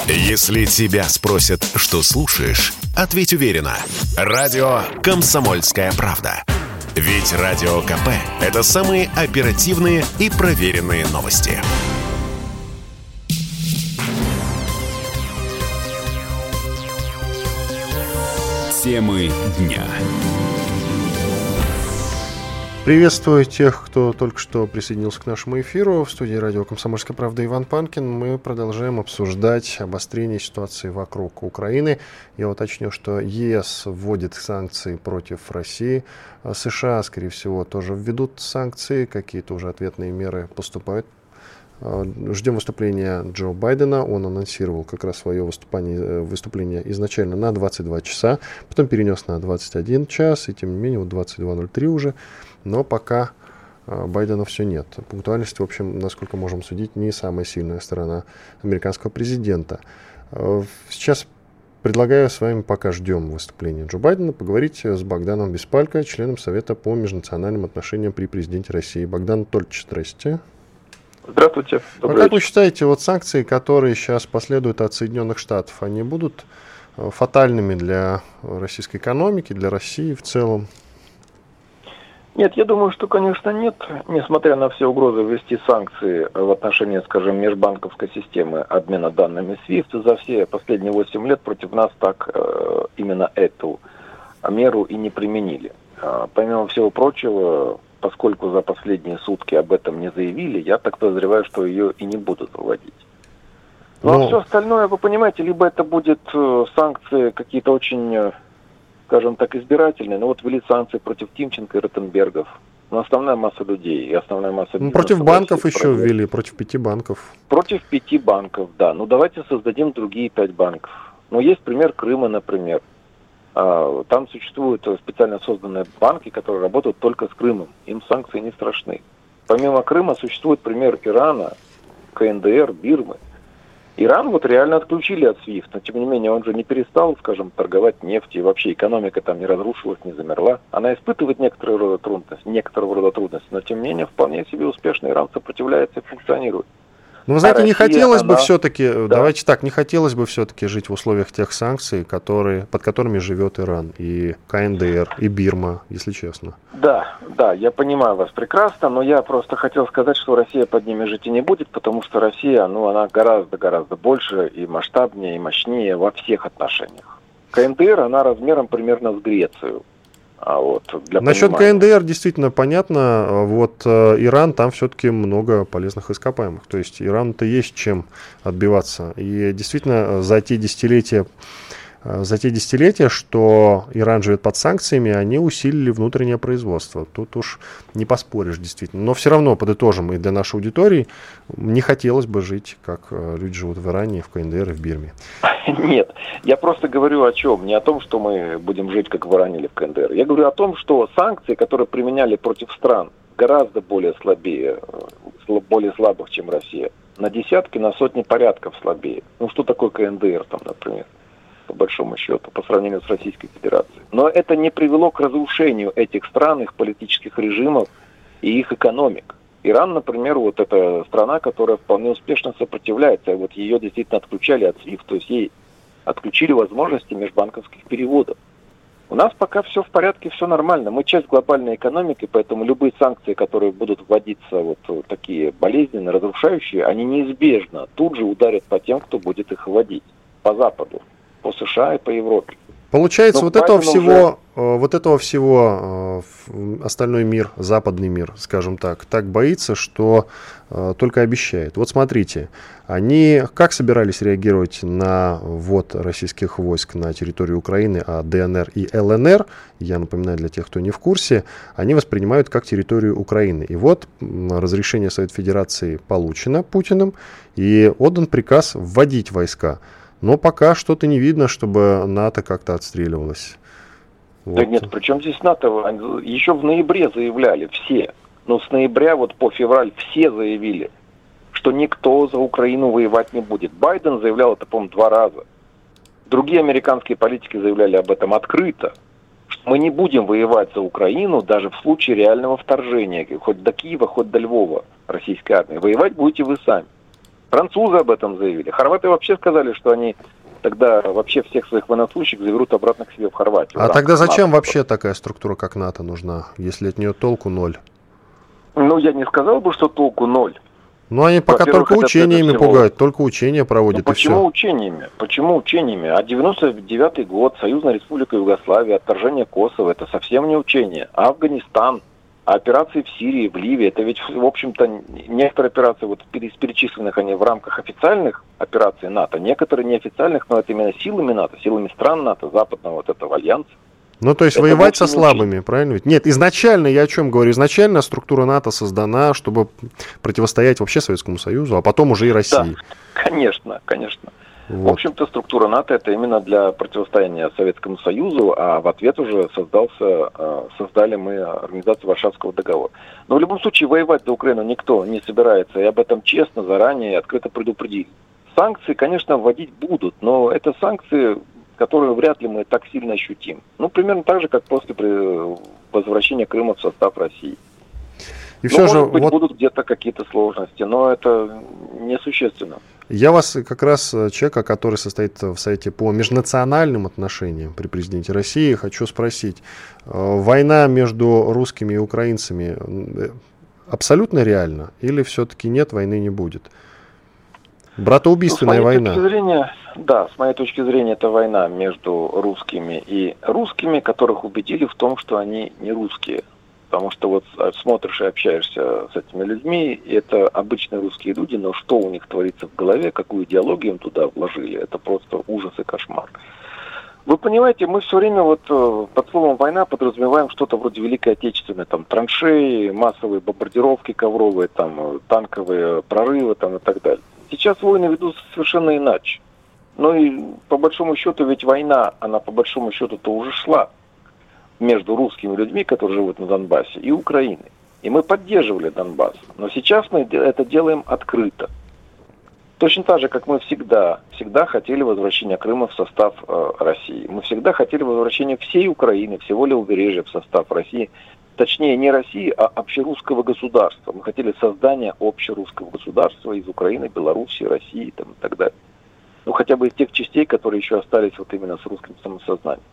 Если тебя спросят, что слушаешь, ответь уверенно. Радио «Комсомольская правда». Ведь Радио КП – это самые оперативные и проверенные новости. Темы дня. Приветствую тех, кто только что присоединился к нашему эфиру. В студии радио «Комсомольская правда» Иван Панкин. Мы продолжаем обсуждать обострение ситуации вокруг Украины. Я уточню, что ЕС вводит санкции против России. США, скорее всего, тоже введут санкции. Какие-то уже ответные меры поступают. Ждем выступления Джо Байдена. Он анонсировал как раз свое выступление изначально на 22 часа, потом перенес на 21 час, и тем не менее вот 22:03 уже. Но пока Байдена все нет. Пунктуальность, в общем, насколько можем судить, не самая сильная сторона американского президента. Сейчас предлагаю с вами, пока ждем выступления Джо Байдена, поговорить с Богданом Беспалько, членом Совета по межнациональным отношениям при президенте России. Богдан Анатольевич, здрасте. Здравствуйте. Как вы считаете, вот санкции, которые сейчас последуют от Соединенных Штатов, они будут фатальными для российской экономики, для России в целом? Нет, я думаю, что, конечно, нет. Несмотря на все угрозы ввести санкции в отношении, скажем, межбанковской системы обмена данными SWIFT, за все последние 8 лет против нас так именно эту меру и не применили. Помимо всего прочего, поскольку за последние сутки об этом не заявили, я так подозреваю, что ее и не будут вводить. Но все остальное, вы понимаете, либо это будет санкции какие-то очень, скажем так, избирательные. Ну вот ввели санкции против Тимченко и Ротенбергов. Но основная масса людей и основная масса бизнеса... Против банков еще ввели, против 5 банков. Против 5 банков, да. Ну давайте создадим другие 5 банков. Ну есть пример Крыма, например. Там существуют специально созданные банки, которые работают только с Крымом. Им санкции не страшны. Помимо Крыма существует пример Ирана, КНДР, Бирмы. Иран вот реально отключили от SWIFT, но тем не менее он же не перестал, скажем, торговать нефтью, и вообще экономика там не разрушилась, не замерла. Она испытывает некоторого рода трудности, но тем не менее вполне себе успешно Иран сопротивляется и функционирует. Ну, вы знаете, Россия, не хотелось бы все-таки, да. давайте так, не хотелось бы все-таки жить в условиях тех санкций, под которыми живет Иран, и КНДР, и Бирма, если честно. Да, я понимаю вас прекрасно, но я просто хотел сказать, что Россия под ними жить и не будет, потому что Россия, она гораздо больше и масштабнее, и мощнее во всех отношениях. КНДР, она размером примерно с Грецию. Насчет КНДР действительно понятно. Вот Иран, там все-таки много полезных ископаемых. То есть Ирану-то есть чем отбиваться. И действительно за те десятилетия, что Иран живет под санкциями, они усилили внутреннее производство. Тут уж не поспоришь, действительно. Но все равно, подытожим, и для нашей аудитории не хотелось бы жить, как люди живут в Иране, в КНДР и в Бирме. Нет, я просто говорю о чем. Не о том, что мы будем жить, как в Иране или в КНДР. Я говорю о том, что санкции, которые применяли против стран, гораздо более слабых, чем Россия. На десятки, на сотни порядков слабее. Ну, что такое КНДР, там, например? По большому счету, по сравнению с Российской Федерацией. Но это не привело к разрушению этих стран, их политических режимов и их экономик. Иран, например, вот это страна, которая вполне успешно сопротивляется. И вот ее действительно отключали от SWIFT, то есть ей отключили возможности межбанковских переводов. У нас пока все в порядке, все нормально. Мы часть глобальной экономики, поэтому любые санкции, которые будут вводиться, вот такие болезненные, разрушающие, они неизбежно тут же ударят по тем, кто будет их вводить. По Западу, по США и по Европе. Получается, вот этого всего остальной мир, западный мир, скажем так боится, что только обещает. Вот смотрите, они как собирались реагировать на ввод российских войск на территорию Украины, а ДНР и ЛНР, я напоминаю для тех, кто не в курсе, они воспринимают как территорию Украины. И вот разрешение Совета Федерации получено Путиным, и отдан приказ вводить войска. Но пока что-то не видно, чтобы НАТО как-то отстреливалось. Вот. Да нет, причем здесь НАТО? Еще в ноябре заявляли все. Но с ноября по февраль все заявили, что никто за Украину воевать не будет. Байден заявлял это, по-моему, 2 раза. Другие американские политики заявляли об этом открыто. Что мы не будем воевать за Украину даже в случае реального вторжения. Хоть до Киева, хоть до Львова российской армии. Воевать будете вы сами. Французы об этом заявили. Хорваты вообще сказали, что они тогда вообще всех своих военнослужащих заберут обратно к себе в Хорватию. А тогда зачем вообще такая структура, как НАТО, нужна, если от нее толку ноль? Ну, я не сказал бы, что толку ноль. Ну, они пока только учениями пугают, только учения проводят, и все. Почему учениями? Почему учениями? А 99-й год, Союзная Республика Югославия, отторжение Косово, это совсем не учение. А Афганистан, а операции в Сирии, в Ливии, это ведь, в общем-то, некоторые операции, вот из перечисленных они в рамках официальных операций НАТО, некоторые неофициальных, но это именно силами НАТО, силами стран НАТО, западного вот этого альянса. Ну, то есть это воевать со слабыми, правильно? Нет, изначально, я о чем говорю, изначально структура НАТО создана, чтобы противостоять вообще Советскому Союзу, а потом уже и России. Да, конечно. Вот. В общем-то, структура НАТО это именно для противостояния Советскому Союзу, а в ответ уже создали мы Организацию Варшавского договора. Но в любом случае воевать за Украину никто не собирается, и об этом честно, заранее, открыто предупредили. Санкции, конечно, вводить будут, но это санкции, которые вряд ли мы так сильно ощутим. Ну, примерно так же, как после возвращения Крыма в состав России. И все же, может быть, будут где-то какие-то сложности, но это несущественно. Я вас, как раз человека, который состоит в Совете по межнациональным отношениям при президенте России, хочу спросить. Война между русскими и украинцами абсолютно реальна? Или все-таки нет, войны не будет? Братоубийственная война. С моей точки зрения, это война между русскими и русскими, которых убедили в том, что они не русские. Потому что вот смотришь и общаешься с этими людьми, и это обычные русские люди, но что у них творится в голове, какую идеологию им туда вложили, это просто ужас и кошмар. Вы понимаете, мы все время вот под словом «война» подразумеваем что-то вроде Великой Отечественной, там траншеи, массовые бомбардировки ковровые, там танковые прорывы там, и так далее. Сейчас войны ведутся совершенно иначе. Ну и по большому счету ведь война, она по большому счету-то уже шла между русскими людьми, которые живут на Донбассе, и Украиной. И мы поддерживали Донбасс. Но сейчас мы это делаем открыто. Точно так же, как мы всегда хотели возвращения Крыма в состав России. Мы всегда хотели возвращения всей Украины, всего левобережья в состав России. Точнее, не России, а общерусского государства. Мы хотели создания общерусского государства из Украины, Белоруссии, России там, и так далее. Ну, хотя бы из тех частей, которые еще остались вот именно с русским самосознанием.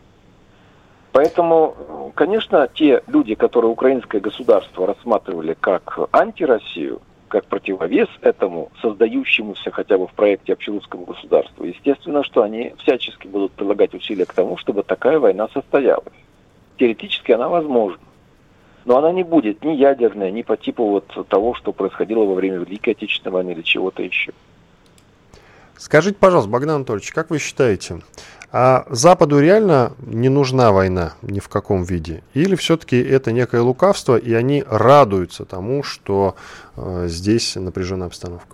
Поэтому, конечно, те люди, которые украинское государство рассматривали как антироссию, как противовес этому, создающемуся хотя бы в проекте общерусского государства, естественно, что они всячески будут прилагать усилия к тому, чтобы такая война состоялась. Теоретически она возможна. Но она не будет ни ядерная, ни по типу вот того, что происходило во время Великой Отечественной войны или чего-то еще. Скажите, пожалуйста, Богдан Анатольевич, как вы считаете, а Западу реально не нужна война ни в каком виде? Или все-таки это некое лукавство, и они радуются тому, что здесь напряженная обстановка?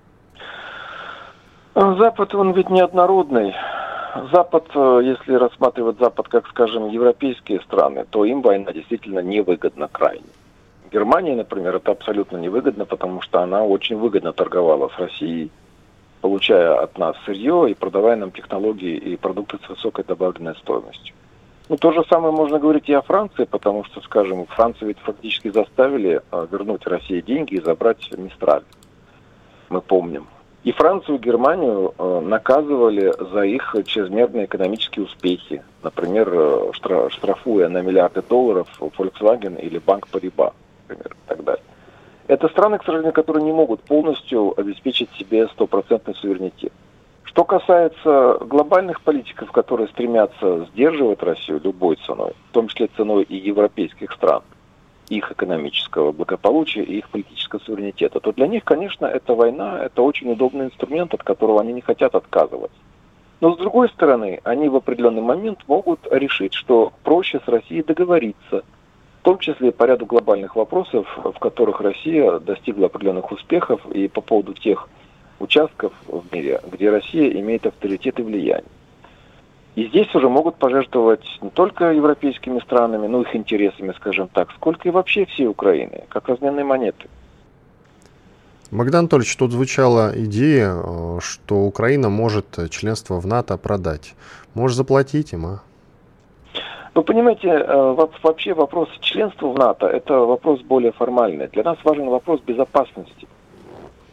Запад, он ведь неоднородный. Запад, если рассматривать Запад как, скажем, европейские страны, то им война действительно невыгодна крайне. Германии, например, это абсолютно невыгодно, потому что она очень выгодно торговала с Россией, получая от нас сырье и продавая нам технологии и продукты с высокой добавленной стоимостью. Ну, то же самое можно говорить и о Франции, потому что, скажем, Францию ведь фактически заставили вернуть России деньги и забрать Мистраль. Мы помним. И Францию, и Германию наказывали за их чрезмерные экономические успехи. Например, штрафуя на миллиарды долларов Volkswagen или Банк Париба, например, и так далее. Это страны, к сожалению, которые не могут полностью обеспечить себе стопроцентный суверенитет. Что касается глобальных политиков, которые стремятся сдерживать Россию любой ценой, в том числе ценой и европейских стран, их экономического благополучия и их политического суверенитета, то для них, конечно, эта война – это очень удобный инструмент, от которого они не хотят отказываться. Но, с другой стороны, они в определенный момент могут решить, что проще с Россией договориться, в том числе по ряду глобальных вопросов, в которых Россия достигла определенных успехов, и по поводу тех участков в мире, где Россия имеет авторитет и влияние. И здесь уже могут пожертвовать не только европейскими странами, но их интересами, скажем так, сколько и вообще всей Украины, как разменные монеты. Богдан Анатольевич, тут звучала идея, что Украина может членство в НАТО продать. Может заплатить им, а? Вы понимаете, вообще вопрос членства в НАТО – это вопрос более формальный. Для нас важен вопрос безопасности.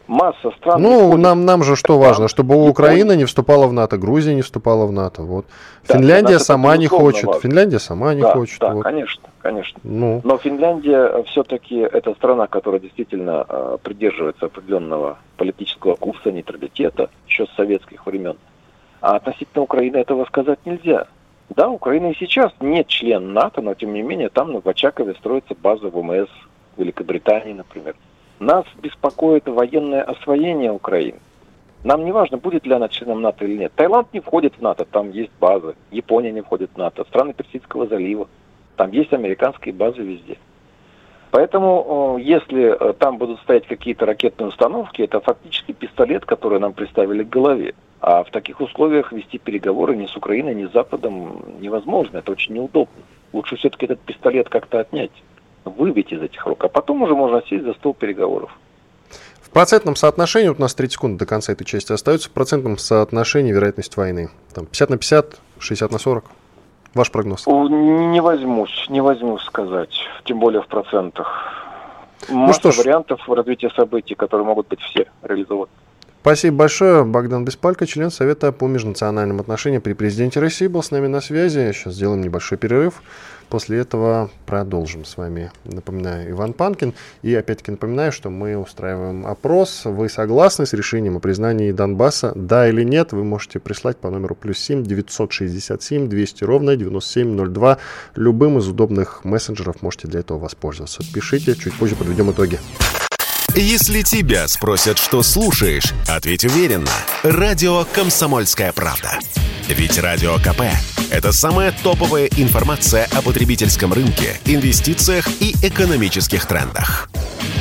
масса стран... Ну, нам же что важно, чтобы Украина не вступала в НАТО, Грузия не вступала в НАТО. Вот. Да, Финляндия сама не хочет. Важно. Финляндия сама не хочет. Да, вот. конечно. Ну. Но Финляндия все-таки это страна, которая действительно придерживается определенного политического курса, нейтралитета еще с советских времен. А относительно Украины этого сказать нельзя. Да, Украина и сейчас не член НАТО, но тем не менее там в Очакове строится база ВМС Великобритании, например. Нас беспокоит военное освоение Украины. Нам не важно, будет ли она членом НАТО или нет. Таиланд не входит в НАТО, там есть базы. Япония не входит в НАТО. Страны Персидского залива. Там есть американские базы везде. Поэтому, если там будут стоять какие-то ракетные установки, это фактически пистолет, который нам приставили к голове. А в таких условиях вести переговоры ни с Украиной, ни с Западом невозможно. Это очень неудобно. Лучше все-таки этот пистолет как-то отнять. Выбить из этих рук, а потом уже можно сесть за стол переговоров. В процентном соотношении, вот у нас 30 секунд до конца этой части остается, в процентном соотношении вероятность войны. Там 50/50, 60/40. Ваш прогноз? Не возьмусь сказать, тем более в процентах. Масса вариантов развития событий, которые могут быть все реализованы. Спасибо большое. Богдан Беспалько, член Совета по межнациональным отношениям при президенте России, был с нами на связи. Сейчас сделаем небольшой перерыв. После этого продолжим с вами. Напоминаю, Иван Панкин. И опять-таки напоминаю, что мы устраиваем опрос. Вы согласны с решением о признании Донбасса? Да или нет? Вы можете прислать по номеру +7 967 200 9702. Любым из удобных мессенджеров можете для этого воспользоваться. Пишите, чуть позже подведем итоги. Если тебя спросят, что слушаешь, ответь уверенно. Радио «Комсомольская правда». Ведь Радио КП – это самая топовая информация о потребительском рынке, инвестициях и экономических трендах.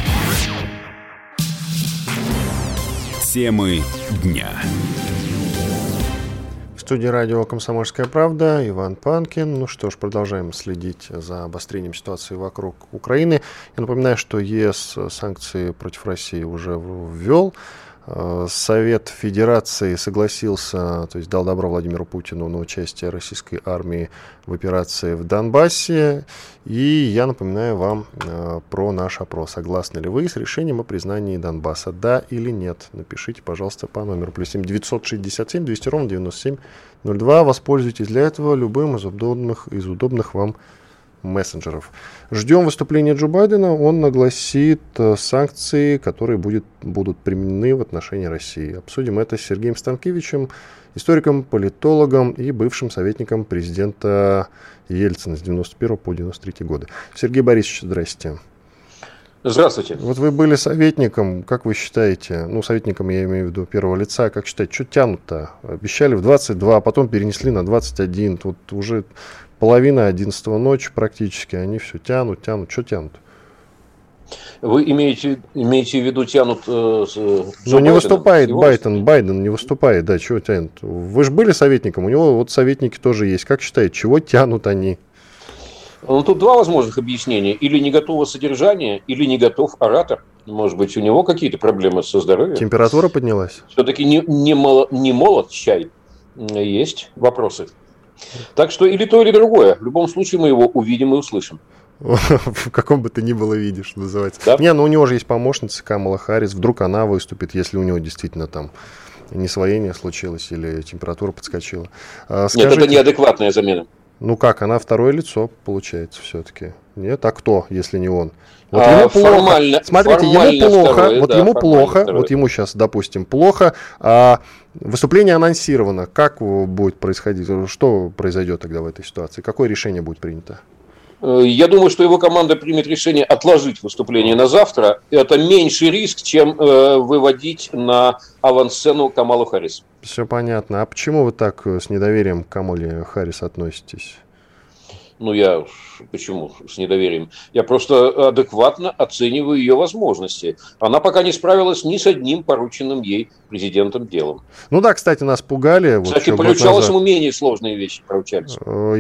Темы дня. В студии радио «Комсомольская правда» Иван Панкин. Ну что ж, продолжаем следить за обострением ситуации вокруг Украины. Я напоминаю, что ЕС санкции против России уже ввел. Совет Федерации согласился, то есть дал добро Владимиру Путину на участие российской армии в операции в Донбассе. И я напоминаю вам про наш опрос. Согласны ли вы с решением о признании Донбасса? Да или нет? Напишите, пожалуйста, по номеру +7 967 200 9702. Воспользуйтесь для этого любым из удобных вам мессенджеров. Ждем выступления Джо Байдена. Он огласит санкции, которые будут применены в отношении России. Обсудим это с Сергеем Станкевичем, историком, политологом и бывшим советником президента Ельцина с 91 по 93 годы. Сергей Борисович, здрасте. Здравствуйте. Вот вы были советником, как вы считаете, советником я имею в виду первого лица, как считаете, что тянут-то? Обещали в 22, а потом перенесли на 21, тут уже половина 11 ночи практически, они все тянут, что тянут? Вы имеете в виду тянут не выступает Байден не выступает, да, чего тянут? Вы же были советником, у него вот советники тоже есть, как считаете, чего тянут они? Тут два возможных объяснения. Или не готово содержание, или не готов оратор. Может быть, у него какие-то проблемы со здоровьем. Температура поднялась? Все-таки не молод чай. Есть вопросы. Так что или то, или другое. В любом случае мы его увидим и услышим. В каком бы то ни было виде, что называется. Да? У него же есть помощница Камала Харрис. Вдруг она выступит, если у него действительно там несвоение случилось или температура подскочила. Скажите, нет, это неадекватная замена. Как, она второе лицо, получается, все-таки. Нет, а кто, если не он? Вот ему плохо. Смотрите, ему плохо, второе, ему плохо, второе. Вот ему сейчас, допустим, плохо, а выступление анонсировано. Как будет происходить? Что произойдет тогда в этой ситуации? Какое решение будет принято? Я думаю, что его команда примет решение отложить выступление на завтра. Это меньший риск, чем выводить на авансцену Камалу Харрис. Все понятно. А почему вы так с недоверием к Камале Харрис относитесь? Я почему с недоверием? Я просто адекватно оцениваю ее возможности. Она пока не справилась ни с одним порученным ей президентом делом. Кстати, нас пугали. Кстати, поручалось ему менее сложные вещи, поручались.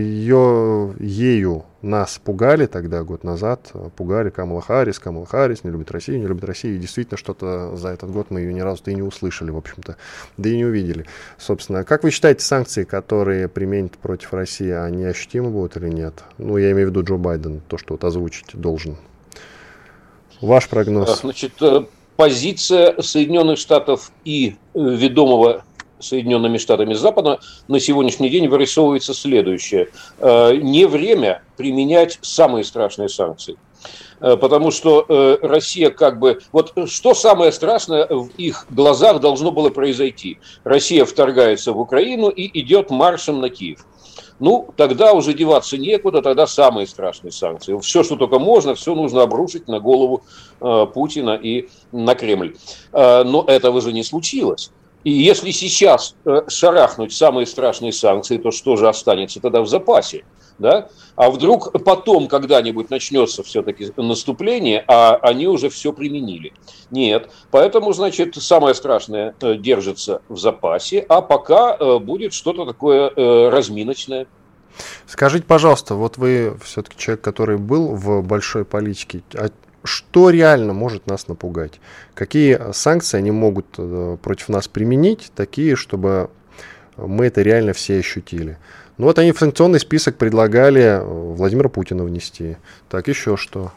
Ею нас пугали тогда, год назад. Пугали Камала Харрис, не любит Россию. И действительно, что-то за этот год мы ее ни разу-то и не услышали, в общем-то. Да и не увидели. Собственно, как вы считаете, санкции, которые применят против России, они ощутимы будут или нет? Я имею в виду Джо Байден, то, что озвучить должен. Ваш прогноз? позиция Соединенных Штатов и ведомого Соединенными Штатами Запада на сегодняшний день вырисовывается следующее. Не время применять самые страшные санкции. Потому что Россия как бы... Вот что самое страшное в их глазах должно было произойти? Россия вторгается в Украину и идет маршем на Киев. Ну, тогда уже деваться некуда, тогда самые страшные санкции. Все, что только можно, все нужно обрушить на голову Путина и на Кремль. Но этого же не случилось. И если сейчас шарахнуть самые страшные санкции, то что же останется тогда в запасе? Да? А вдруг потом когда-нибудь начнется все-таки наступление, а они уже все применили? Нет. Поэтому, значит, самое страшное держится в запасе, а пока будет что-то такое разминочное. Скажите, пожалуйста, вот вы все-таки человек, который был в большой политике, что реально может нас напугать? Какие санкции они могут против нас применить, такие, чтобы мы это реально все ощутили? Ну вот они в санкционный список предлагали Владимира Путина внести. Так, еще что?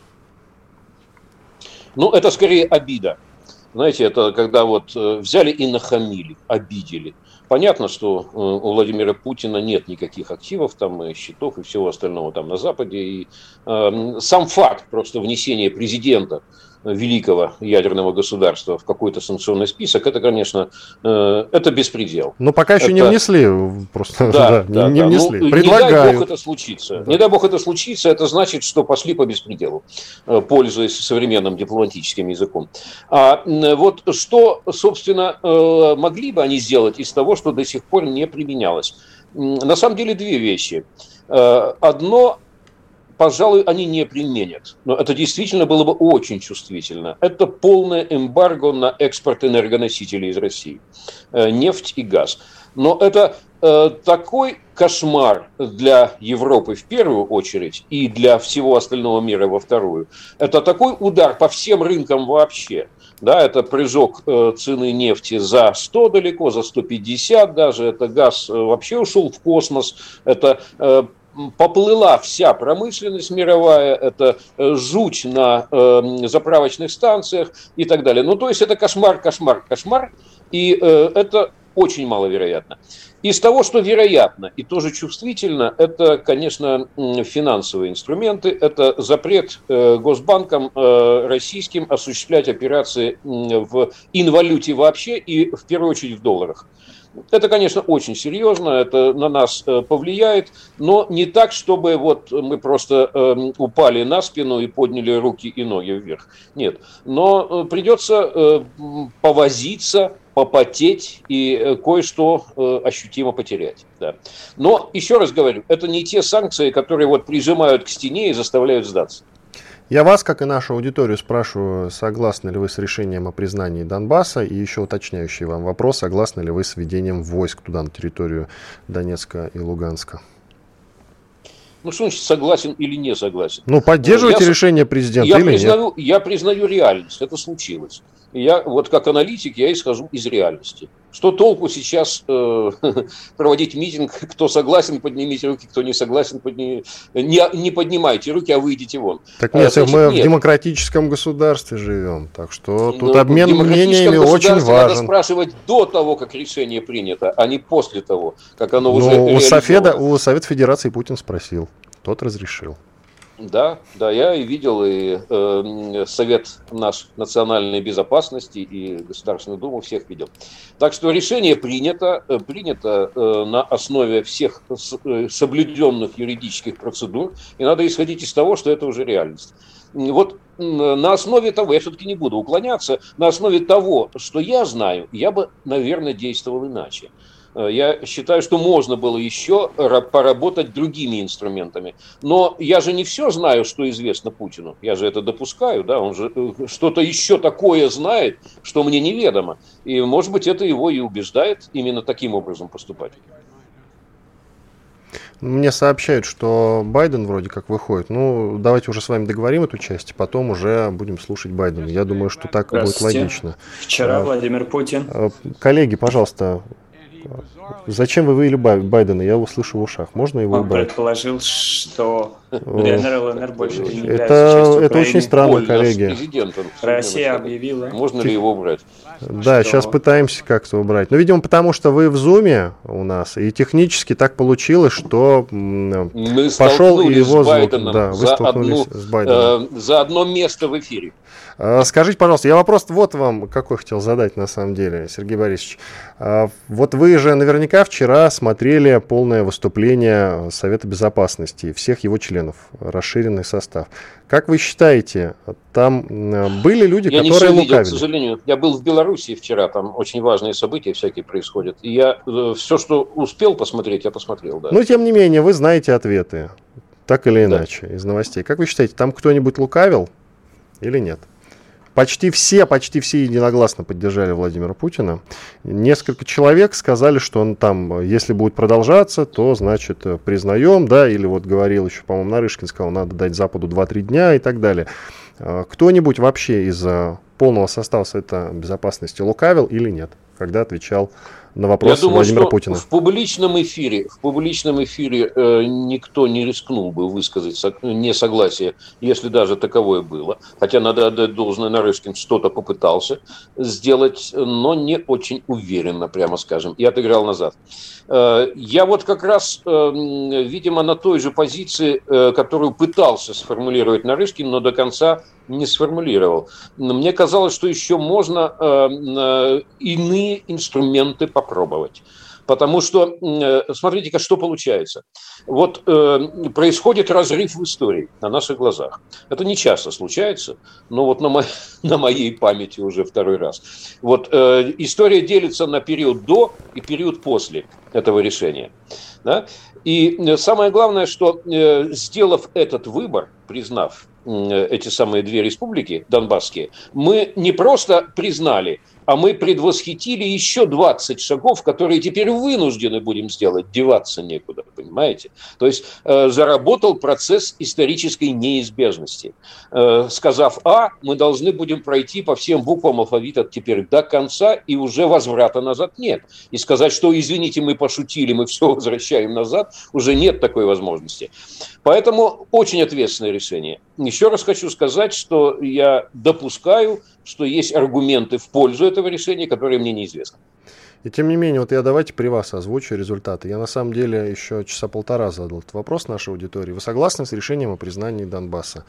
Ну, это скорее обида. Знаете, это когда вот взяли и нахамили, обидели. Понятно, что у Владимира Путина нет никаких активов, там, счетов и всего остального там на Западе. И сам факт просто внесения президента великого ядерного государства в какой-то санкционный список, это, конечно, это беспредел. Но пока еще не внесли, просто не внесли. Ну, предлагают. Не дай бог это случится. Да. Не дай бог это случится, это значит, что пошли по беспределу, пользуясь современным дипломатическим языком. А вот что, собственно, могли бы они сделать из того, что до сих пор не применялось? На самом деле две вещи. Одно, пожалуй, они не применят. Но это действительно было бы очень чувствительно. Это полное эмбарго на экспорт энергоносителей из России. Нефть и газ. Но это такой кошмар для Европы в первую очередь и для всего остального мира во вторую. Это такой удар по всем рынкам вообще. Да, это прыжок цены нефти за 100 далеко, за 150 даже. Это газ вообще ушел в космос. Это поплыла вся промышленность мировая, это жуть на заправочных станциях и так далее. Ну, то есть это кошмар, и это очень маловероятно. Из того, что вероятно и тоже чувствительно, это, конечно, финансовые инструменты, это запрет госбанкам российским осуществлять операции в инвалюте вообще и в первую очередь в долларах. Это, конечно, очень серьезно, это на нас повлияет, но не так, чтобы вот мы просто упали на спину и подняли руки и ноги вверх. Нет, но придется повозиться, попотеть и кое-что ощутимо потерять. Да. Но, еще раз говорю, это не те санкции, которые вот прижимают к стене и заставляют сдаться. Я вас, как и нашу аудиторию, спрашиваю, согласны ли вы с решением о признании Донбасса, и еще уточняющий вам вопрос, согласны ли вы с введением войск туда, на территорию Донецка и Луганска? Ну, что значит согласен или не согласен? Ну, поддерживаете решение президента или нет? Я признаю реальность, это случилось. И я, вот как аналитик, я исхожу из реальности. Что толку сейчас проводить митинг, кто согласен, поднимите руки, кто не согласен, не поднимайте руки, а выйдите вон. Так нет, мы в демократическом государстве живем, так что тут обмен мнениями очень важен. Надо спрашивать до того, как решение принято, а не после того, как оно уже реализовано. У Совета Федерации Путин спросил, тот разрешил. Да, я и видел, и Совет наш национальной безопасности, и Государственную Думу, всех видел. Так что решение принято на основе всех соблюденных юридических процедур, и надо исходить из того, что это уже реальность. Вот на основе того, я все-таки не буду уклоняться, на основе того, что я знаю, я бы, наверное, действовал иначе. Я считаю, что можно было еще поработать другими инструментами. Но я же не все знаю, что известно Путину. Я же это допускаю, да, он же что-то еще такое знает, что мне неведомо. И, может быть, это его и убеждает именно таким образом поступать. Мне сообщают, что Байден вроде как выходит. Ну, давайте уже с вами договорим эту часть, потом уже будем слушать Байдена. Я думаю, что так будет логично. Вчера Владимир Путин. Коллеги, пожалуйста. Зачем вы вывели Байдена? Я его слышу в ушах. Можно его Он убрать? предположил, что ДНР и ЛНР больше не являются частью Украины. Это очень странно, коллеги. Россия объявила. Можно ли его убрать? Да, сейчас пытаемся как-то убрать. Но, видимо, потому что вы в Зуме у нас, и технически так получилось, что пошел и его звук. Да, вы столкнулись с Байденом. За одно место в эфире. Скажите, пожалуйста, я вопрос вот вам какой хотел задать на самом деле, Сергей Борисович. Вот вы же наверняка вчера смотрели полное выступление Совета Безопасности, всех его членов, расширенный состав. Как вы считаете, там были люди, которые лукавили? К сожалению. Я был в Белоруссии вчера, там очень важные события всякие происходят. И я все, что успел посмотреть, я посмотрел. Да. Но, тем не менее, вы знаете ответы, так или иначе, из новостей. Как вы считаете, там кто-нибудь лукавил или нет? Почти все единогласно поддержали Владимира Путина. Несколько человек сказали, что он там, если будет продолжаться, то, значит, признаем, да, или вот говорил еще, по-моему, Нарышкин сказал, надо дать Западу 2-3 дня и так далее. Кто-нибудь вообще из полного состава Совета Безопасности лукавил или нет, когда отвечал на вопрос Владимира Путина? В публичном эфире никто не рискнул бы высказать несогласие, если даже таковое было. Хотя надо отдать должное, Нарышкин что-то попытался сделать, но не очень уверенно, прямо скажем, и отыграл назад. Я вот как раз, видимо, на той же позиции, которую пытался сформулировать Нарышкин, но до конца не сформулировал. Мне казалось, что еще можно иные инструменты попробовать. Потому что, смотрите-ка, что получается. Вот происходит разрыв в истории на наших глазах. Это не часто случается, но вот на моей памяти уже второй раз. Вот история делится на период до и период после этого решения. Да? И самое главное, что сделав этот выбор, признав эти самые две республики донбасские, мы не просто признали, а мы предвосхитили еще 20 шагов, которые теперь вынуждены будем сделать, деваться некуда, понимаете? То есть заработал процесс исторической неизбежности. Сказав А, мы должны будем пройти по всем буквам алфавита теперь до конца, и уже возврата назад нет. И сказать, что, извините, мы пошутили, мы все возвращаем назад, уже нет такой возможности. Поэтому очень ответственное решение. Еще раз хочу сказать, что я допускаю, что есть аргументы в пользу этого решения, которые мне неизвестны. И тем не менее, вот я давайте при вас озвучу результаты. Я на самом деле еще часа полтора задал этот вопрос нашей аудитории. Вы согласны с решением о признании Донбасса?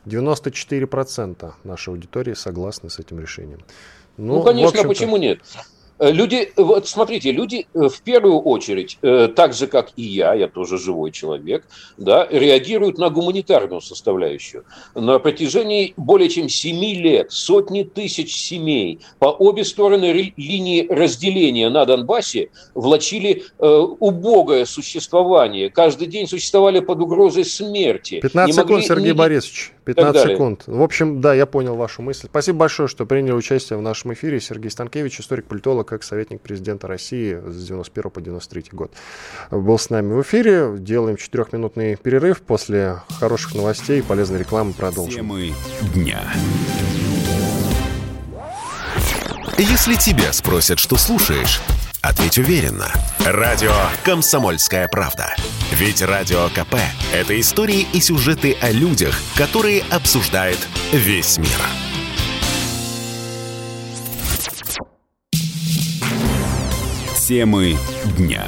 94% нашей аудитории согласны с этим решением. Ну конечно, почему нет? Люди, вот смотрите, люди в первую очередь, так же, как и я тоже живой человек, да, реагируют на гуманитарную составляющую. На протяжении более чем 7 лет сотни тысяч семей по обе стороны линии разделения на Донбассе влачили убогое существование. Каждый день существовали под угрозой смерти. 15 секунд, Сергей Борисович. 15 секунд. В общем, да, я понял вашу мысль. Спасибо большое, что приняли участие в нашем эфире. Сергей Станкевич, историк-политолог, как советник президента России с 91 по 93 год. Был с нами в эфире. Делаем 4-минутный перерыв. После хороших новостей и полезной рекламы продолжим. Темы дня. Если тебя спросят, что слушаешь, ответь уверенно. Радио «Комсомольская правда». Ведь Радио КП – это истории и сюжеты о людях, которые обсуждает весь мир. Темы дня.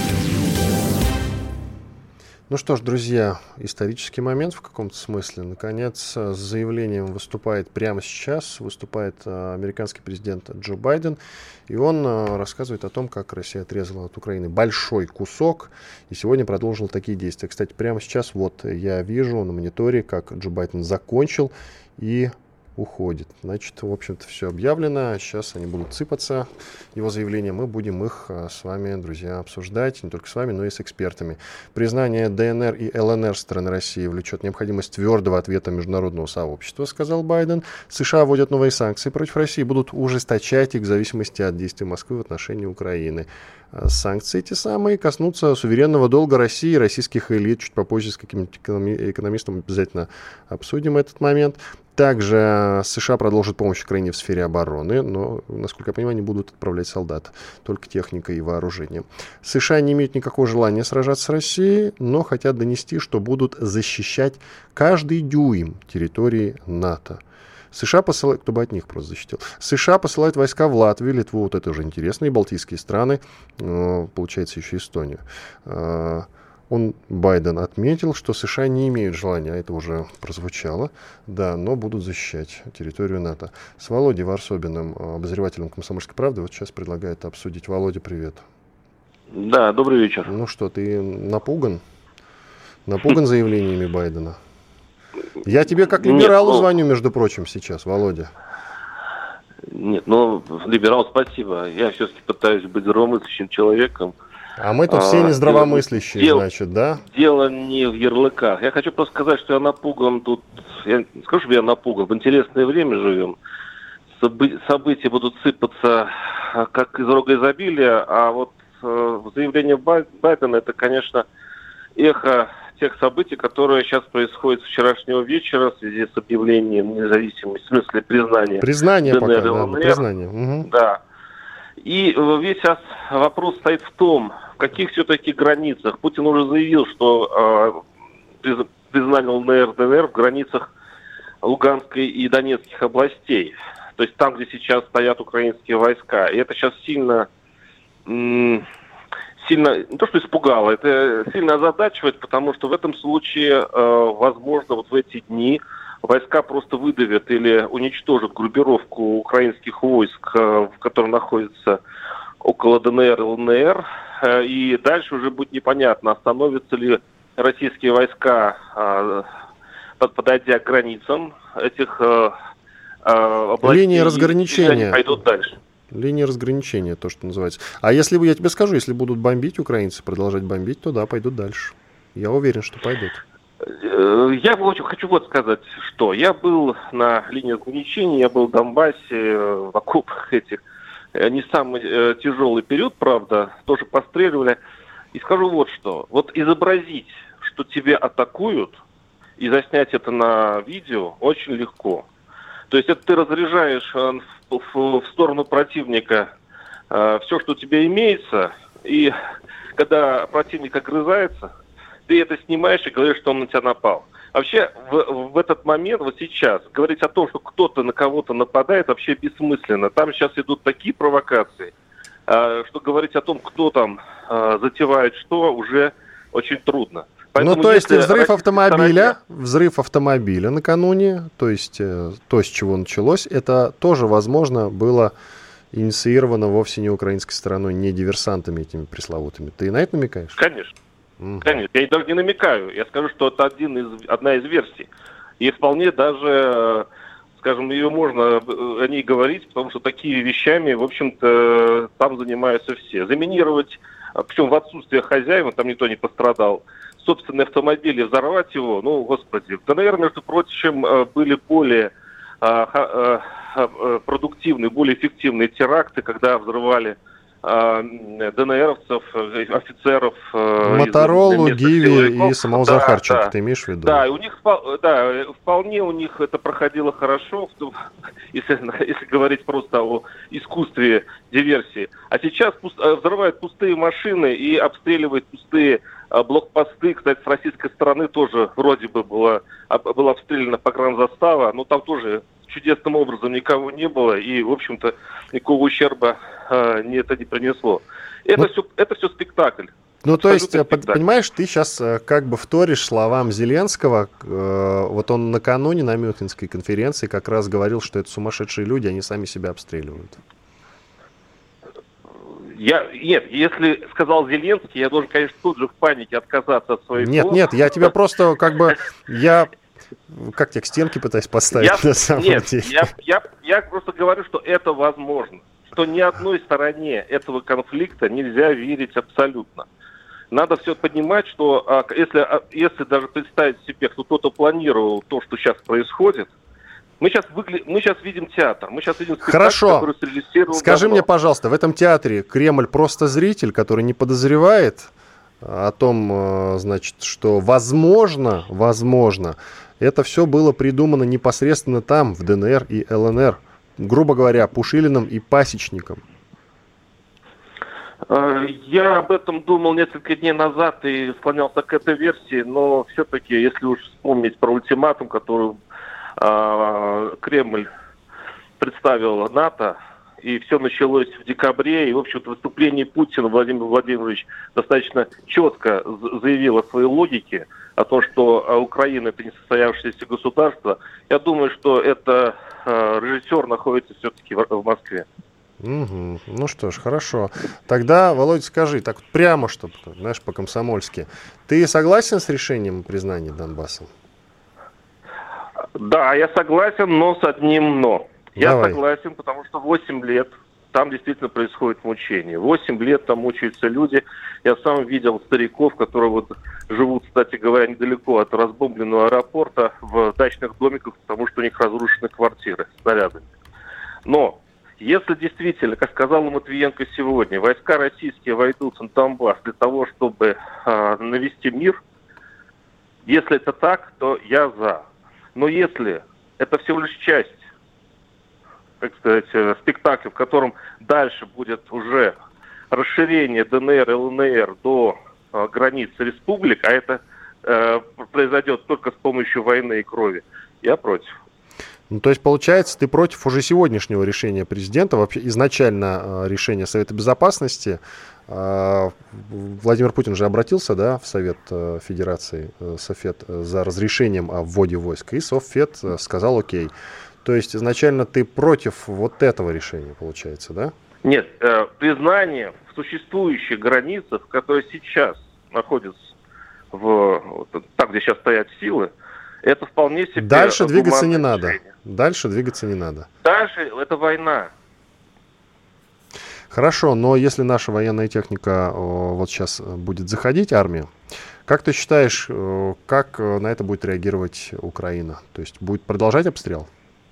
Ну что ж, друзья, исторический момент в каком-то смысле. Наконец, с заявлением выступает прямо сейчас, американский президент Джо Байден, и он рассказывает о том, как Россия отрезала от Украины большой кусок, и сегодня продолжил такие действия. Кстати, прямо сейчас вот я вижу на мониторе, как Джо Байден закончил и уходит. Значит, в общем-то, все объявлено. Сейчас они будут сыпаться, его заявления. Мы будем их с вами, друзья, обсуждать. Не только с вами, но и с экспертами. Признание ДНР и ЛНР со стороны России влечет необходимость твердого ответа международного сообщества, сказал Байден. США вводят новые санкции против России, будут ужесточать их в зависимости от действий Москвы в отношении Украины. Санкции эти самые коснутся суверенного долга России, российских элит. Чуть попозже с каким-нибудь экономистом обязательно обсудим этот момент. Также США продолжат помощь Украине в сфере обороны, но, насколько я понимаю, не будут отправлять солдат, только техника и вооружение. США не имеют никакого желания сражаться с Россией, но хотят донести, что будут защищать каждый дюйм территории НАТО. США посылают, кто бы от них просто защитил. США посылают войска в Латвию, Литву, вот это уже интересно, и балтийские страны, получается, еще Эстонию. Байден отметил, что США не имеют желания, это уже прозвучало, да, но будут защищать территорию НАТО. С Володей Варсобиным, обозревателем «Комсомольской правды», вот сейчас предлагает обсудить. Володя, привет. Да, добрый вечер. Ну что, ты напуган? Напуган заявлениями Байдена? Я тебе как либералу звоню, между прочим, сейчас, Володя. Нет, либерал, спасибо. Я все-таки пытаюсь быть здравомыслящим человеком. А мы тут все не здравомыслящие, значит, да? Дело не в ярлыках. Я хочу просто сказать, что я напуган тут. Я не скажу, что я напуган. В интересное время живем. События будут сыпаться как из рога изобилия. А вот заявление Байдена, это, конечно, эхо тех событий, которые сейчас происходят с вчерашнего вечера в связи с объявлением независимости, в смысле признания. Признание ДНР, пока, да, признание. Угу. Да. И весь вопрос стоит в том, в каких все-таки границах. Путин уже заявил, что признание ЛНР, ДНР в границах Луганской и Донецких областей. То есть там, где сейчас стоят украинские войска. И это сейчас сильно, не то что испугало, это сильно озадачивает, потому что в этом случае, возможно, вот в эти дни войска просто выдавят или уничтожат группировку украинских войск, которые находятся около ДНР и ЛНР. И дальше уже будет непонятно, остановятся ли российские войска, подойдя к границам этих областей. Линии разграничения. Они пойдут дальше. Линия разграничения, то, что называется. А если, я тебе скажу, если будут бомбить украинцы, продолжать бомбить, то да, пойдут дальше. Я уверен, что пойдут. Я хочу вот сказать, что я был на линии разграничения, я был в Донбассе, в окопах этих. Не самый тяжелый период, правда, тоже постреливали. И скажу вот что. Вот изобразить, что тебя атакуют, и заснять это на видео очень легко. То есть это ты разряжаешь в сторону противника все, что у тебя имеется, и когда противник огрызается, ты это снимаешь и говоришь, что он на тебя напал. Вообще, в этот момент, вот сейчас, говорить о том, что кто-то на кого-то нападает, вообще бессмысленно. Там сейчас идут такие провокации, что говорить о том, кто там затевает что, уже очень трудно. Поэтому, ну, то есть взрыв автомобиля накануне, то есть то, с чего началось, это тоже, возможно, было инициировано вовсе не украинской стороной, не диверсантами этими пресловутыми. Ты на это намекаешь? Конечно. Конечно. Я даже не намекаю. Я скажу, что это одна из версий. И вполне даже, скажем, ее можно о ней говорить, потому что такими вещами, в общем-то, там занимаются все. Заминировать, причем в отсутствие хозяина, там никто не пострадал, собственный автомобиль и взорвать его, ну, господи. В ДНР, между прочим, были более продуктивные, более эффективные теракты, когда взрывали ДНРовцев, офицеров. Моторолу, Гиви и самого Захарченко, ты имеешь в виду? Да, у них, вполне у них это проходило хорошо, если говорить просто о искусстве диверсии. А сейчас взрывают пустые машины и обстреливают пустые блокпосты. Кстати, с российской стороны тоже вроде бы была обстреляна погранзастава, но там тоже чудесным образом никого не было, и, в общем-то, никакого ущерба это не принесло. Это все спектакль. Ну, то есть, понимаешь, ты сейчас как бы вторишь словам Зеленского. Вот он накануне на Мюнхенской конференции как раз говорил, что это сумасшедшие люди, они сами себя обстреливают. Нет, если сказал Зеленский, я должен, конечно, тут же в панике отказаться от своих слов. Нет, я тебя просто как тебя к стенке пытаюсь поставить на самом деле? Я просто говорю, что это возможно. Что ни одной стороне этого конфликта нельзя верить абсолютно. Надо все понимать, что если даже представить себе, что кто-то планировал то, что сейчас происходит, Мы сейчас видим театр, мы сейчас видим спектакль, Хорошо. который срежиссировал. Скажи давно. мне, пожалуйста, в этом театре Кремль просто зритель, который не подозревает о том, значит, что возможно, это все было придумано непосредственно там, в ДНР и ЛНР, грубо говоря, Пушилиным и Пасечником. Я об этом думал несколько дней назад и склонялся к этой версии, но все-таки, если уж вспомнить про ультиматум, который Кремль представил НАТО, и все началось в декабре, и, в общем-то, выступление Путина Владимир Владимирович достаточно четко заявил о своей логике, о том, что Украина – это несостоявшееся государство. Я думаю, что это режиссер находится все-таки в Москве. Угу. Ну что ж, хорошо. Тогда, Володя, скажи, так прямо, чтобы, знаешь, по-комсомольски, ты согласен с решением признания Донбасса? Да, я согласен, но с одним «но». Давай. Я согласен, потому что 8 лет там действительно происходит мучение. 8 лет там мучаются люди. Я сам видел стариков, которые вот живут, кстати говоря, недалеко от разбомбленного аэропорта в дачных домиках, потому что у них разрушены квартиры снарядами. Но если действительно, как сказал Матвиенко сегодня, войска российские войдут на Донбасс для того, чтобы навести мир, если это так, то я за. Но если это всего лишь часть, так сказать, спектакля, в котором дальше будет уже расширение ДНР и ЛНР до границ республик, а это произойдет только с помощью войны и крови, я против. Ну, то есть, получается, ты против уже сегодняшнего решения президента, вообще изначально решения Совета Безопасности. Владимир Путин же обратился, да, в Совет Федерации, Софет, за разрешением о вводе войск, и Софет сказал окей. То есть, изначально ты против вот этого решения, получается, да? Нет, признание в существующих границах, которые сейчас находятся там, где сейчас стоят силы, это вполне себе... Дальше двигаться не решение. надо. Дальше двигаться не надо. Дальше это война. Хорошо, но если наша военная техника вот сейчас будет заходить, армия, как ты считаешь, как на это будет реагировать Украина? То есть будет продолжать обстрел?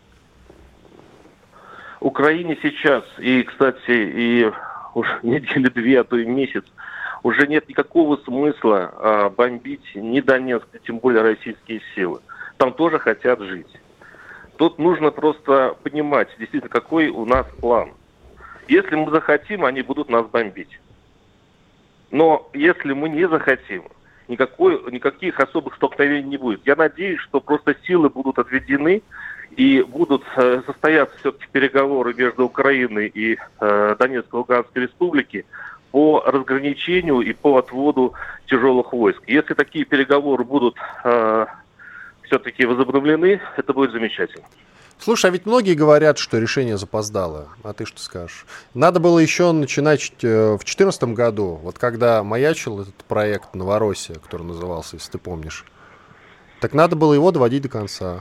Украине сейчас, и, кстати, и уже недели две, а то и месяц, уже нет никакого смысла бомбить ни Донецк, ни тем более российские силы. Там тоже хотят жить. Тут нужно просто понимать, действительно, какой у нас план. Если мы захотим, они будут нас бомбить. Но если мы не захотим, никаких особых столкновений не будет. Я надеюсь, что просто силы будут отведены и будут состояться все-таки переговоры между Украиной и Донецкой и Луганской республики по разграничению и по отводу тяжелых войск. Если такие переговоры будут все-таки возобновлены, это будет замечательно. Слушай, а ведь многие говорят, что решение запоздало. А ты что скажешь? Надо было еще начинать в 2014 году, вот когда маячил этот проект «Новороссия», который назывался, если ты помнишь. Так надо было его доводить до конца.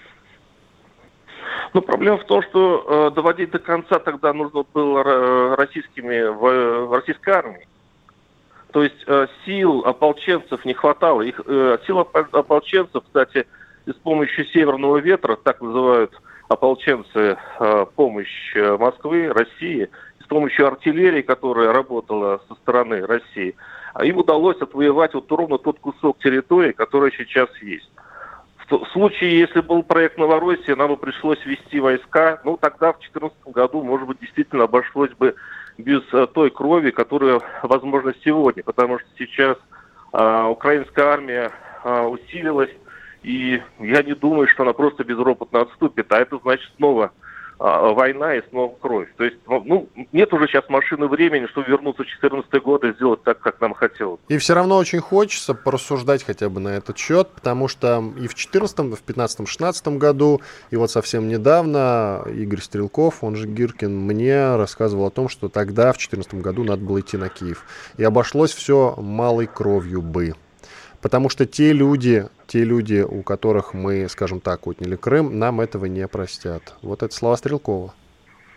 Ну, проблема в том, что доводить до конца тогда нужно было российской армии. То есть сил ополченцев не хватало. Сил ополченцев, кстати, с помощью «Северного ветра», так называют ополченцы помощь Москвы, России, с помощью артиллерии, которая работала со стороны России, им удалось отвоевать вот ровно тот кусок территории, который сейчас есть. В случае, если был проект «Новороссия», нам бы пришлось ввести войска, ну тогда в 2014 году, может быть, действительно обошлось бы без той крови, которая возможна сегодня, потому что сейчас украинская армия усилилась, и я не думаю, что она просто безропотно отступит, а это значит снова война и снова кровь. То есть, нет уже сейчас машины времени, чтобы вернуться в 2014 год и сделать так, как нам хотелось. И все равно очень хочется порассуждать хотя бы на этот счет, потому что и в 2014, в 2015, в 2016 году, и вот совсем недавно Игорь Стрелков, он же Гиркин, мне рассказывал о том, что тогда, в 2014 году, надо было идти на Киев. И обошлось все малой кровью бы. Потому что те люди, у которых мы, скажем так, отняли Крым, нам этого не простят. Вот это слова Стрелкова.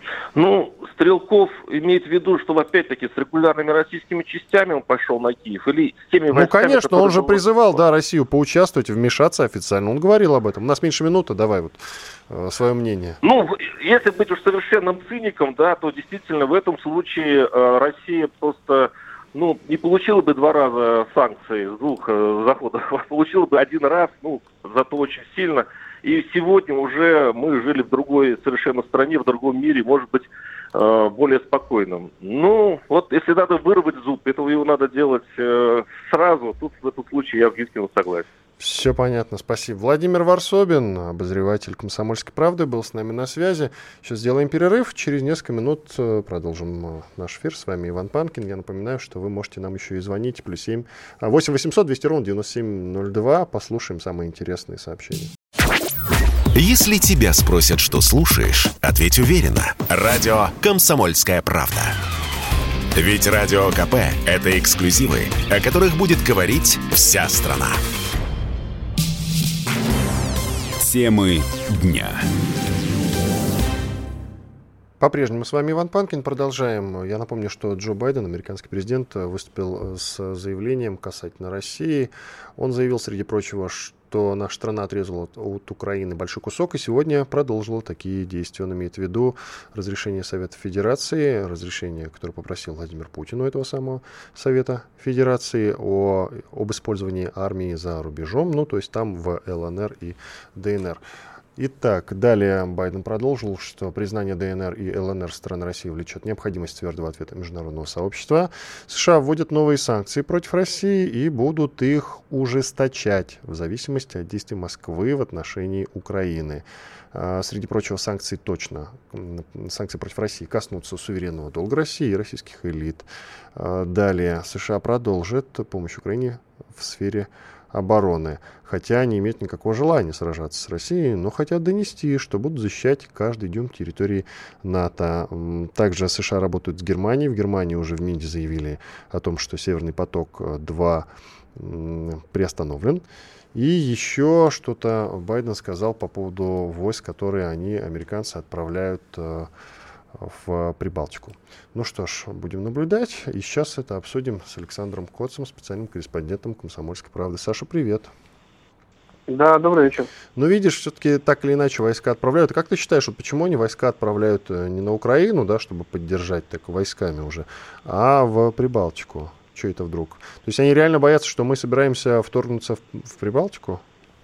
Ну, Стрелков имеет в виду, что опять-таки с регулярными российскими частями он пошел на Киев, или с теми войсками, конечно, он же призывал, Россию поучаствовать, вмешаться официально. Он говорил об этом. У нас меньше минуты, давай свое мнение. Ну, если быть уж совершенным циником, то действительно в этом случае Россия просто, не получила бы 2 раза санкций с 2 заходов, а получила бы 1 раз, зато очень сильно. И сегодня уже мы жили в другой совершенно стране, в другом мире, может быть, более спокойным. Если надо вырвать зуб, его надо делать сразу. Тут в этом случае я с Гиткиным согласен. Все понятно, спасибо. Владимир Варсобин, обозреватель «Комсомольской правды», был с нами на связи. Сейчас сделаем перерыв. Через несколько минут продолжим наш эфир. С вами Иван Панкин. Я напоминаю, что вы можете нам еще и звонить. +7 8 800 200 ровно 9702. Послушаем самые интересные сообщения. Если тебя спросят, что слушаешь, ответь уверенно. Радио «Комсомольская правда». Ведь Радио КП – это эксклюзивы, о которых будет говорить вся страна. Темы дня. По-прежнему с вами Иван Панкин. Продолжаем. Я напомню, что Джо Байден, американский президент, выступил с заявлением касательно России. Он заявил, среди прочего, что наша страна отрезала от Украины большой кусок и сегодня продолжила такие действия. Он имеет в виду разрешение Совета Федерации, разрешение, которое попросил Владимир Путин у этого самого Совета Федерации об использовании армии за рубежом, то есть там в ЛНР и ДНР. Итак, далее Байден продолжил, что признание ДНР и ЛНР со стороны России влечет необходимость твердого ответа международного сообщества. США вводят новые санкции против России и будут их ужесточать в зависимости от действий Москвы в отношении Украины. Среди прочего, санкции против России коснутся суверенного долга России и российских элит. Далее США продолжат помощь Украине в сфере обороны, хотя не имеют никакого желания сражаться с Россией, но хотят донести, что будут защищать каждый дюйм территории НАТО. Также США работают с Германией. В Германии уже в МИДе заявили о том, что Северный поток-2 приостановлен. И еще что-то Байден сказал по поводу войск, которые американцы, отправляют в Прибалтику. Что ж, будем наблюдать. И сейчас это обсудим с Александром Коцем, специальным корреспондентом «Комсомольской правды». Саша, привет. Да, добрый вечер. Видишь, все-таки так или иначе войска отправляют. А как ты считаешь, почему они войска отправляют не на Украину, чтобы поддержать так войсками уже, а в Прибалтику? Что это вдруг? То есть они реально боятся, что мы собираемся вторгнуться в Прибалтику?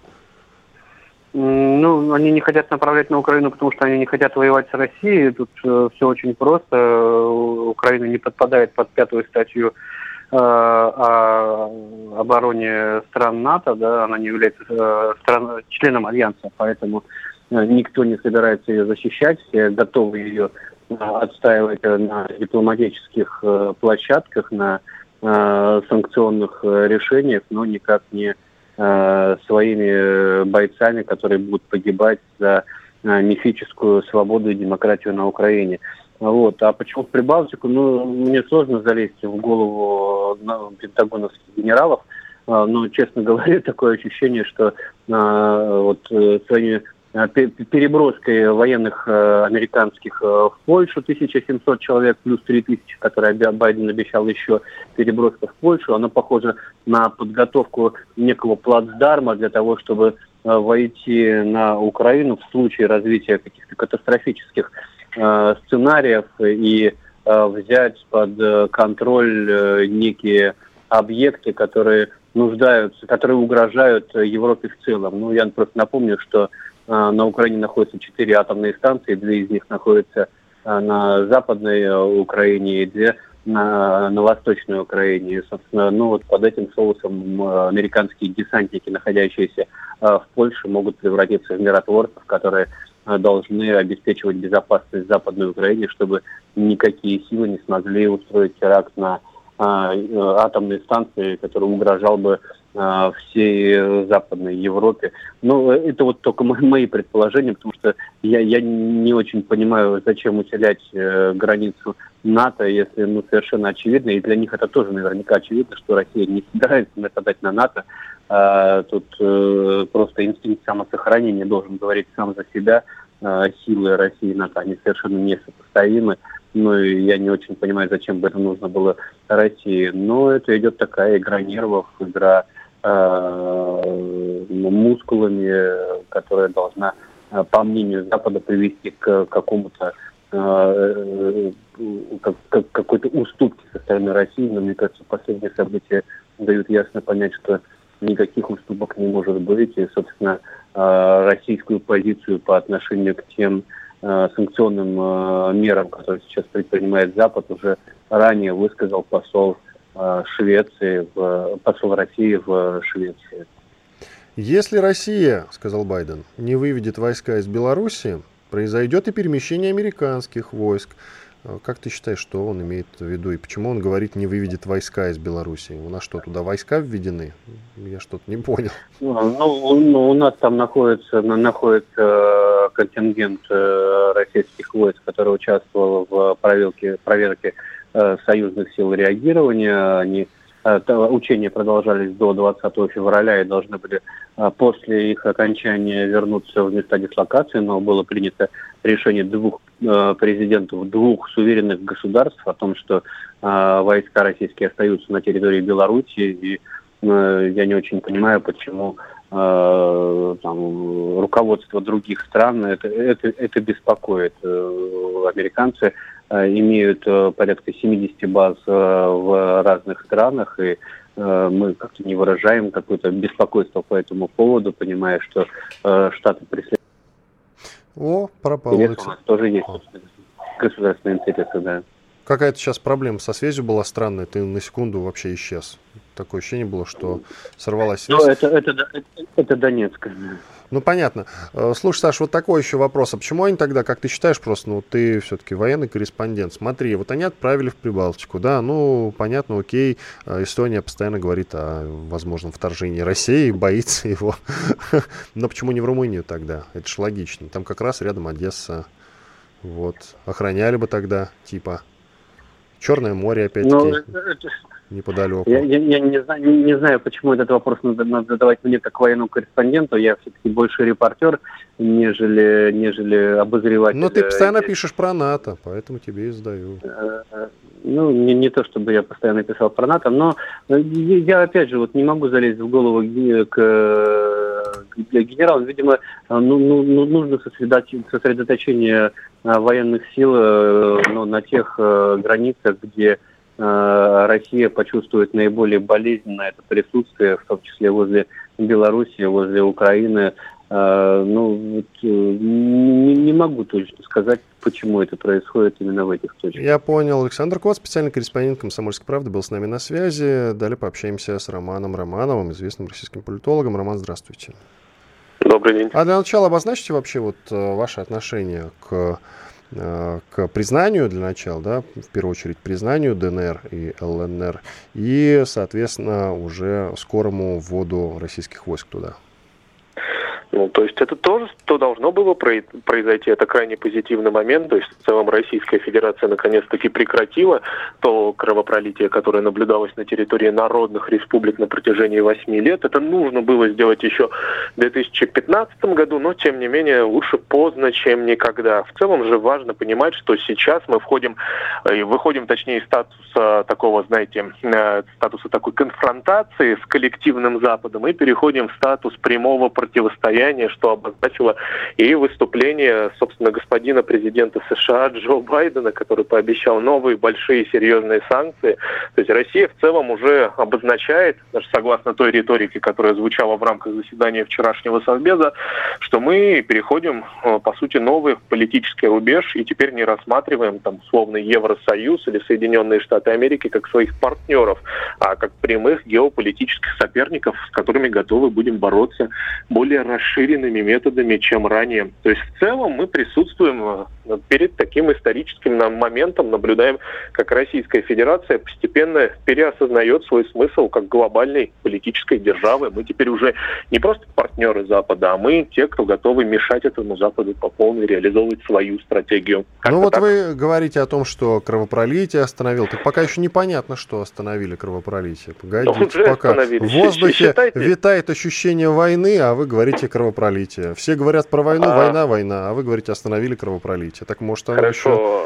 Они не хотят направлять на Украину, потому что они не хотят воевать с Россией. Тут все очень просто. Украина не подпадает под 5-ю статью о обороне стран НАТО, она не является членом Альянса, поэтому никто не собирается ее защищать, все готовы ее отстаивать на дипломатических площадках, на санкционных решениях, но никак не своими бойцами, которые будут погибать за мифическую свободу и демократию на Украине. А почему в Прибалтику? Мне сложно залезть в голову пентагоновских генералов, но, честно говоря, такое ощущение, что своими переброской военных американских в Польшу 1700 человек плюс 3000, которые Байден обещал еще переброска в Польшу, оно похоже на подготовку некого плацдарма для того, чтобы войти на Украину в случае развития каких-то катастрофических сценариев и взять под контроль некие объекты, которые угрожают Европе в целом. Я просто напомню, что на Украине находятся 4 атомные станции, 2 из них находятся на Западной Украине и 2 на Восточной Украине. И, собственно, под этим соусом американские десантники, находящиеся в Польше, могут превратиться в миротворцев, которые должны обеспечивать безопасность Западной Украине, чтобы никакие силы не смогли устроить теракт на атомной станции, который угрожал бы всей Западной Европе. Это только мои предположения, потому что я не очень понимаю, зачем усилять границу НАТО, если совершенно очевидно, и для них это тоже наверняка очевидно, что Россия не собирается нападать на НАТО. Тут просто инстинкт самосохранения должен говорить сам за себя. силы России и НАТО, они совершенно несопоставимы. Ну, и я не очень понимаю, зачем бы это нужно было России. Но это идет такая игра нервов, игра мускулами, которая должна, по мнению Запада, привести к какому-то какой-то уступки со стороны России. Но мне кажется, последние события дают ясно понять, что никаких уступок не может быть. И, собственно, российскую позицию по отношению к тем санкционным мерам, которые сейчас предпринимает Запад, уже ранее высказал посол Швеции, посол России в Швеции. Если Россия, сказал Байден, не выведет войска из Беларуси, произойдет и перемещение американских войск. Как ты считаешь, что он имеет в виду? И почему он говорит, не выведет войска из Беларуси? У нас что, туда войска введены? Я что-то не понял. У нас там находится контингент российских войск, который участвовал в проверке союзных сил реагирования. Учения продолжались до 20 февраля и должны были после их окончания вернуться в места дислокации, но было принято решение двух президентов двух суверенных государств о том, что войска российские остаются на территории Беларуси, и я не очень понимаю, почему руководство других стран это беспокоит. Американцы имеют порядка 70 баз в разных странах, и мы как-то не выражаем какое-то беспокойство по этому поводу, понимая, что Штаты преследуют. Пропал. У нас тоже есть государственные интересы, да. Какая-то сейчас проблема со связью была странная, ты на секунду вообще исчез. Такое ощущение было, что сорвалась связь. Это Донецк. Ну, понятно. Слушай, Саш, вот такой еще вопрос. А почему они тогда, как ты считаешь, просто, ты все-таки военный корреспондент, смотри, вот они отправили в Прибалтику, да, понятно, окей, Эстония постоянно говорит о возможном вторжении России, боится его. Но почему не в Румынию тогда? Это ж логично. Там как раз рядом Одесса. Охраняли бы тогда, Черное море, опять-таки, неподалеку. Я не знаю, почему этот вопрос надо задавать мне как военному корреспонденту. Я все-таки больше репортер, нежели обозреватель. Но ты постоянно пишешь про НАТО, поэтому тебе и задаю. Не то, чтобы я постоянно писал про НАТО, но я, опять же, не могу залезть в голову к генералу. Видимо, нужно сосредоточение военных сил на тех границах, где Россия почувствует наиболее болезненно это присутствие, в том числе возле Белоруссии, возле Украины. Не могу точно сказать, почему это происходит именно в этих точках. Я понял. Александр Кот, специальный корреспондент «Комсомольской правды», был с нами на связи. Далее пообщаемся с Романом Романовым, известным российским политологом. Роман, здравствуйте. Добрый день. А для начала обозначьте вообще ваше отношение к признанию, для начала, да, в первую очередь признанию ДНР и ЛНР и, соответственно, уже скорому вводу российских войск туда. То есть это тоже, что должно было произойти. Это крайне позитивный момент. То есть в целом Российская Федерация наконец-таки прекратила то кровопролитие, которое наблюдалось на территории народных республик на протяжении 8 лет. Это нужно было сделать еще в 2015 году, но тем не менее лучше поздно, чем никогда. В целом же важно понимать, что сейчас мы выходим из статуса такого, статуса такой конфронтации с коллективным Западом и переходим в статус прямого противостояния, что обозначило и выступление, собственно, господина президента США Джо Байдена, который пообещал новые большие серьезные санкции. То есть Россия в целом уже обозначает, даже согласно той риторике, которая звучала в рамках заседания вчерашнего Совбеза, что мы переходим, по сути, новый политический рубеж и теперь не рассматриваем условно Евросоюз или Соединенные Штаты Америки как своих партнеров, а как прямых геополитических соперников, с которыми готовы будем бороться более расширенными методами, чем ранее. То есть в целом мы присутствуем перед таким историческим моментом, наблюдаем, как Российская Федерация постепенно переосознает свой смысл как глобальной политической державы. Мы теперь уже не просто партнеры Запада, а мы те, кто готовы мешать этому Западу по полной реализовывать свою стратегию. Вы говорите о том, что кровопролитие остановил. Так пока еще непонятно, что остановили кровопролитие. Погодите, пока в воздухе витает ощущение войны, а вы говорите, кровопролитие кровопролитие. Все говорят про войну, война, а вы говорите, остановили кровопролитие. Так может, оно Хорошо.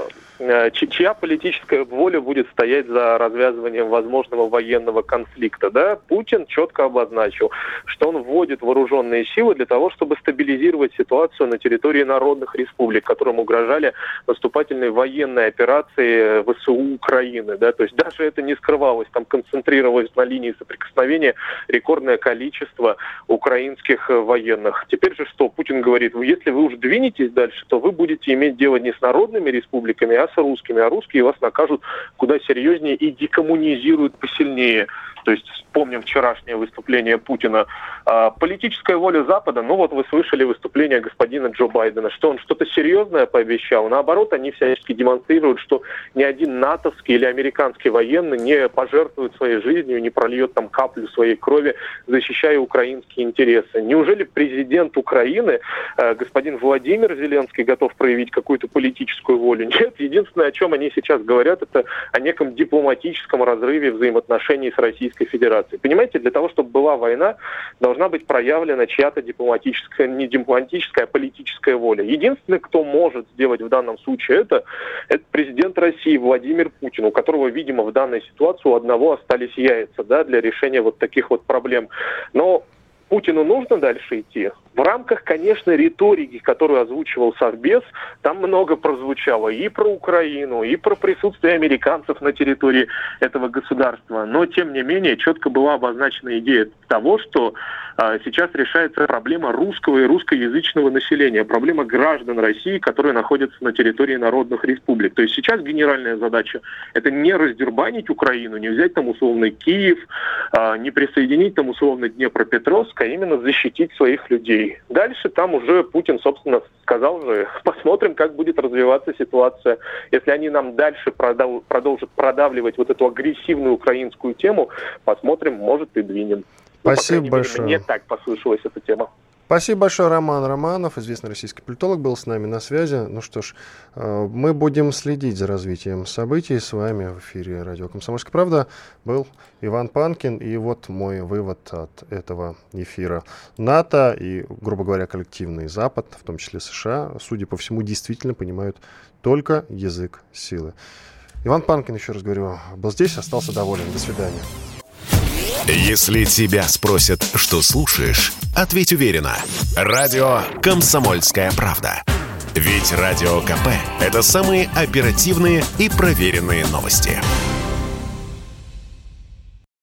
Чья политическая воля будет стоять за развязыванием возможного военного конфликта? Да? Путин четко обозначил, что он вводит вооруженные силы для того, чтобы стабилизировать ситуацию на территории народных республик, которым угрожали наступательные военные операции ВСУ Украины. Да? То есть даже это не скрывалось, там концентрировалось на линии соприкосновения рекордное количество украинских военных. Теперь же что? Путин говорит, если вы уже двинетесь дальше, то вы будете иметь дело не с народными республиками, а с русскими. А русские вас накажут куда серьезнее и декоммунизируют посильнее. То есть вспомним вчерашнее выступление Путина. Политическая воля Запада, ну вот вы слышали выступление господина Джо Байдена, что он что-то серьезное пообещал. Наоборот, они всячески демонстрируют, что ни один натовский или американский военный не пожертвует своей жизнью, не прольет там каплю своей крови, защищая украинские интересы. Неужели президент Украины, господин Владимир Зеленский, готов проявить какую-то политическую волю? Нет, единственное, о чем они сейчас говорят, это о неком дипломатическом разрыве взаимоотношений с Российской Федерации. Понимаете, для того, чтобы была война, должна быть проявлена чья-то дипломатическая, не дипломатическая, а политическая воля. Единственный, кто может сделать в данном случае это президент России Владимир Путин, у которого, видимо, в данной ситуации у одного остались яйца, да, для решения вот таких вот проблем. Но Путину нужно дальше идти. В рамках, конечно, риторики, которую озвучивал Совбез, там много прозвучало и про Украину, и про присутствие американцев на территории этого государства. Но, тем не менее, четко была обозначена идея того, что сейчас решается проблема русского и русскоязычного населения, проблема граждан России, которые находятся на территории народных республик. То есть сейчас генеральная задача – это не раздербанить Украину, не взять там условно Киев, не присоединить там условно Днепропетровск, а именно защитить своих людей. Дальше там уже Путин, собственно, сказал же, посмотрим, как будет развиваться ситуация. Если они нам дальше продолжат продавливать вот эту агрессивную украинскую тему, посмотрим, может и двинем. Спасибо большое. Мне так послышалась эта тема. Спасибо большое, Роман Романов, известный российский политолог, был с нами на связи. Ну что ж, мы будем следить за развитием событий. С вами в эфире радио «Комсомольская правда» был Иван Панкин. И вот мой вывод от этого эфира. НАТО и, грубо говоря, коллективный Запад, в том числе США, судя по всему, действительно понимают только язык силы. Иван Панкин, еще раз говорю, был здесь, остался доволен. До свидания. Если тебя спросят, что слушаешь, ответь уверенно. Радио «Комсомольская правда». Ведь Радио КП – это самые оперативные и проверенные новости.